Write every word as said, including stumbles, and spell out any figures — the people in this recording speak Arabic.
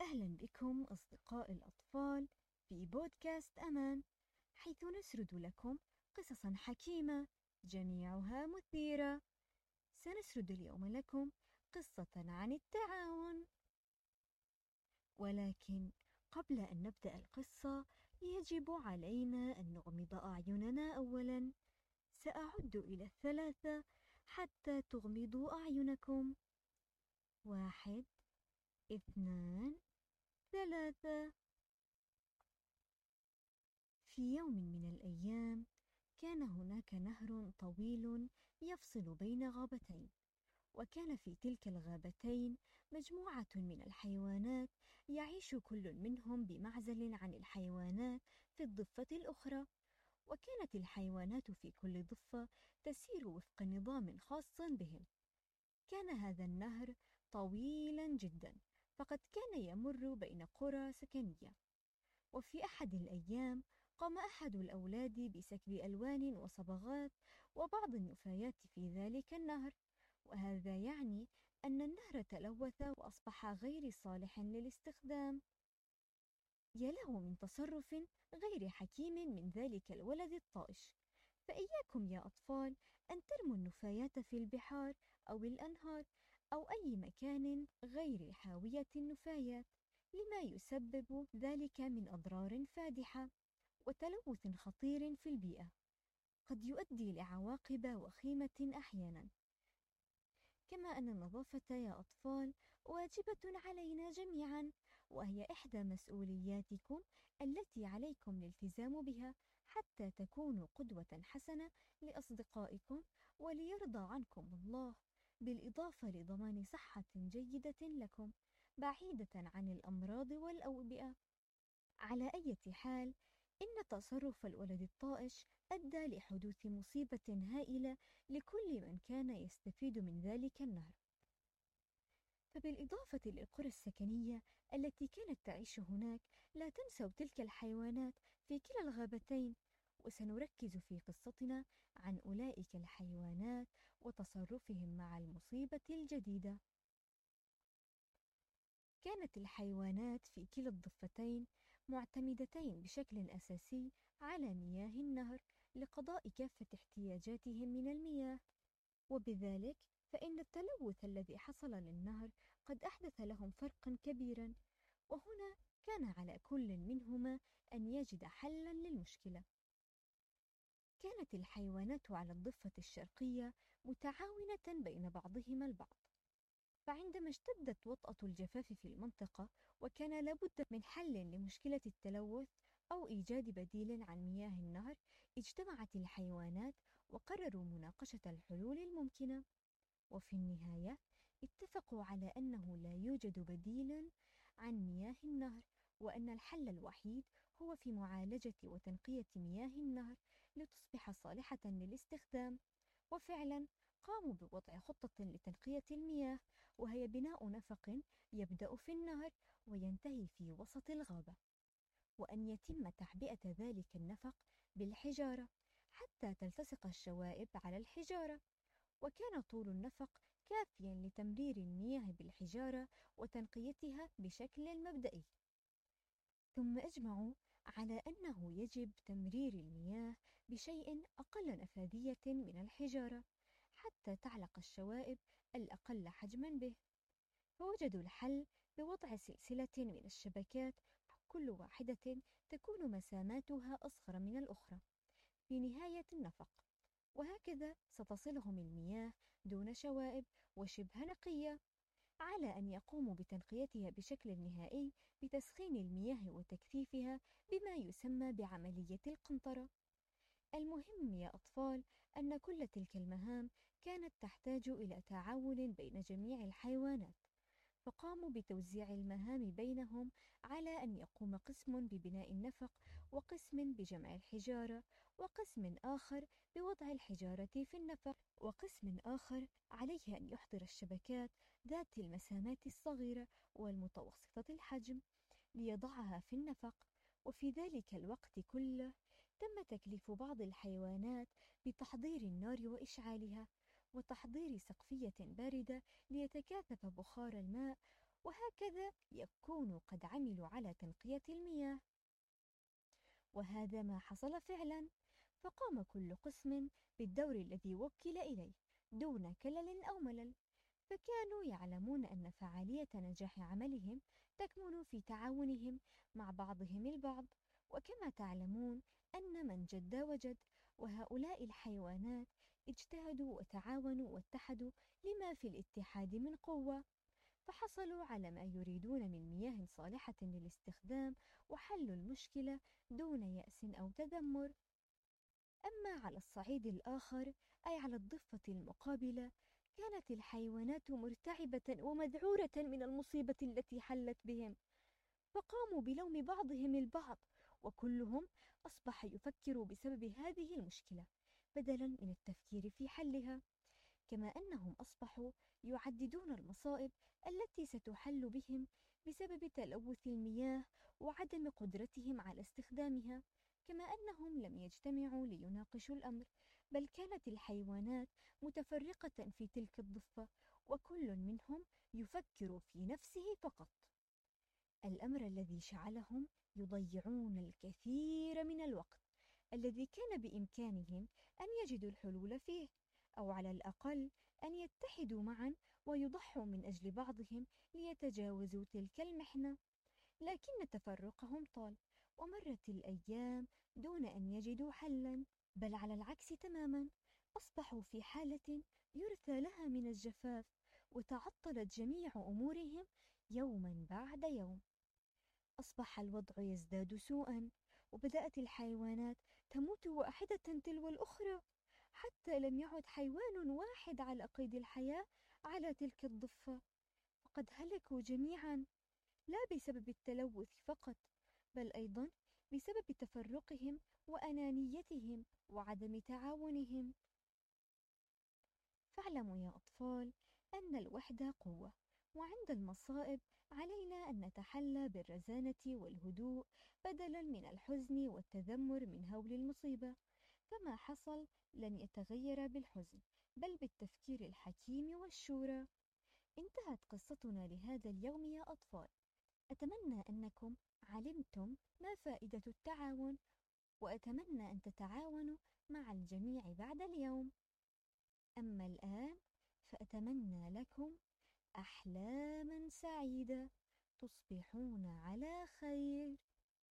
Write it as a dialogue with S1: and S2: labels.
S1: أهلا بكم أصدقاء الأطفال في بودكاست أمان، حيث نسرد لكم قصصا حكيمة جميعها مثيرة. سنسرد اليوم لكم قصة عن التعاون، ولكن قبل أن نبدأ القصة يجب علينا أن نغمض أعيننا أولا. سأعد إلى الثلاثة حتى تغمضوا أعينكم. واحد، اثنان، ثلاثة. في يوم من الأيام كان هناك نهر طويل يفصل بين غابتين، وكان في تلك الغابتين مجموعة من الحيوانات يعيش كل منهم بمعزل عن الحيوانات في الضفة الأخرى. وكانت الحيوانات في كل ضفة تسير وفق نظام خاص بهم. كان هذا النهر طويلا جدا، فقد كان يمر بين قرى سكنية. وفي أحد الأيام قام أحد الأولاد بسكب ألوان وصبغات وبعض النفايات في ذلك النهر، وهذا يعني أن النهر تلوث وأصبح غير صالح للاستخدام. يا له من تصرف غير حكيم من ذلك الولد الطائش. فإياكم يا أطفال أن ترموا النفايات في البحار أو الأنهار أو أي مكان غير حاوية النفايات، لما يسبب ذلك من أضرار فادحة وتلوث خطير في البيئة، قد يؤدي لعواقب وخيمة أحيانا. كما أن النظافة يا أطفال واجبة علينا جميعا، وهي إحدى مسؤولياتكم التي عليكم الالتزام بها حتى تكونوا قدوة حسنة لأصدقائكم وليرضى عنكم الله، بالإضافة لضمان صحة جيدة لكم بعيدة عن الأمراض والأوبئة. على أي حال، إن تصرف الولد الطائش أدى لحدوث مصيبة هائلة لكل من كان يستفيد من ذلك النهر. فبالإضافة للقرى السكنية التي كانت تعيش هناك، لا تنسوا تلك الحيوانات في كلا الغابتين. وسنركز في قصتنا عن أولئك الحيوانات وتصرفهم مع المصيبة الجديدة. كانت الحيوانات في كلا الضفتين معتمدتين بشكل أساسي على مياه النهر لقضاء كافة احتياجاتهم من المياه، وبذلك فإن التلوث الذي حصل للنهر قد أحدث لهم فرقا كبيرا. وهنا كان على كل منهما أن يجد حلا للمشكلة. كانت الحيوانات على الضفة الشرقية متعاونة بين بعضهما البعض، فعندما اشتدت وطأة الجفاف في المنطقة وكان لابد من حل لمشكلة التلوث أو إيجاد بديل عن مياه النهر، اجتمعت الحيوانات وقرروا مناقشة الحلول الممكنة. وفي النهاية اتفقوا على أنه لا يوجد بديل عن مياه النهر، وأن الحل الوحيد هو في معالجة وتنقية مياه النهر لتصبح صالحة للاستخدام. وفعلا قاموا بوضع خطة لتنقية المياه، وهي بناء نفق يبدأ في النهر وينتهي في وسط الغابة، وأن يتم تعبئة ذلك النفق بالحجارة حتى تلتصق الشوائب على الحجارة. وكان طول النفق كافيا لتمرير المياه بالحجارة وتنقيتها بشكل مبدئي. ثم أجمعوا على أنه يجب تمرير المياه بشيء أقل نفاذية من الحجارة حتى تعلق الشوائب الأقل حجما به. فوجدوا الحل بوضع سلسلة من الشبكات، كل واحدة تكون مساماتها أصغر من الأخرى في نهاية النفق، وهكذا ستصلهم المياه دون شوائب وشبه نقية. على أن يقوموا بتنقيتها بشكل نهائي بتسخين المياه وتكثيفها بما يسمى بعملية القنطرة. المهم يا أطفال أن كل تلك المهام كانت تحتاج إلى تعاون بين جميع الحيوانات، فقاموا بتوزيع المهام بينهم على أن يقوم قسم ببناء النفق، وقسم بجمع الحجارة، وقسم آخر بوضع الحجارة في النفق، وقسم آخر عليه أن يحضر الشبكات ذات المسامات الصغيرة والمتوسطة الحجم ليضعها في النفق. وفي ذلك الوقت كله تم تكليف بعض الحيوانات بتحضير النار وإشعالها، وتحضير سقفية باردة ليتكاثف بخار الماء، وهكذا يكونوا قد عملوا على تنقية المياه. وهذا ما حصل فعلا، فقام كل قسم بالدور الذي وكل إليه دون كلل أو ملل، فكانوا يعلمون أن فعالية نجاح عملهم تكمن في تعاونهم مع بعضهم البعض. وكما تعلمون أن من جد وجد، وهؤلاء الحيوانات اجتهدوا وتعاونوا واتحدوا لما في الاتحاد من قوة، فحصلوا على ما يريدون من مياه صالحة للاستخدام وحلوا المشكلة دون يأس أو تذمر. أما على الصعيد الآخر، أي على الضفة المقابلة، كانت الحيوانات مرتعبة ومذعورة من المصيبة التي حلت بهم، فقاموا بلوم بعضهم البعض، وكلهم أصبح يفكر بسبب هذه المشكلة بدلا من التفكير في حلها، كما أنهم أصبحوا يعددون المصائب التي ستحل بهم بسبب تلوث المياه وعدم قدرتهم على استخدامها. كما أنهم لم يجتمعوا ليناقشوا الأمر، بل كانت الحيوانات متفرقة في تلك الضفة، وكل منهم يفكر في نفسه فقط، الأمر الذي جعلهم يضيعون الكثير من الوقت الذي كان بإمكانهم أن يجدوا الحلول فيه، أو على الأقل أن يتحدوا معا ويضحوا من أجل بعضهم ليتجاوزوا تلك المحنة. لكن تفرقهم طال، ومرت الأيام دون أن يجدوا حلا، بل على العكس تماما، أصبحوا في حالة يرثى لها من الجفاف، وتعطلت جميع أمورهم يوما بعد يوم. أصبح الوضع يزداد سوءا، وبدأت الحيوانات تموت واحدة تلو الأخرى، حتى لم يعد حيوان واحد على قيد الحياة على تلك الضفة، فقد هلكوا جميعا، لا بسبب التلوث فقط، بل أيضا بسبب تفرقهم وأنانيتهم وعدم تعاونهم. فاعلموا يا أطفال أن الوحدة قوة، وعند المصائب علينا أن نتحلى بالرزانة والهدوء بدلا من الحزن والتذمر من هول المصيبة، فما حصل لن يتغير بالحزن، بل بالتفكير الحكيم والشورى. انتهت قصتنا لهذا اليوم يا أطفال، أتمنى أنكم علمتم ما فائدة التعاون، وأتمنى أن تتعاونوا مع الجميع بعد اليوم. أما الآن فأتمنى لكم أحلاما سعيدة، تصبحون على خير.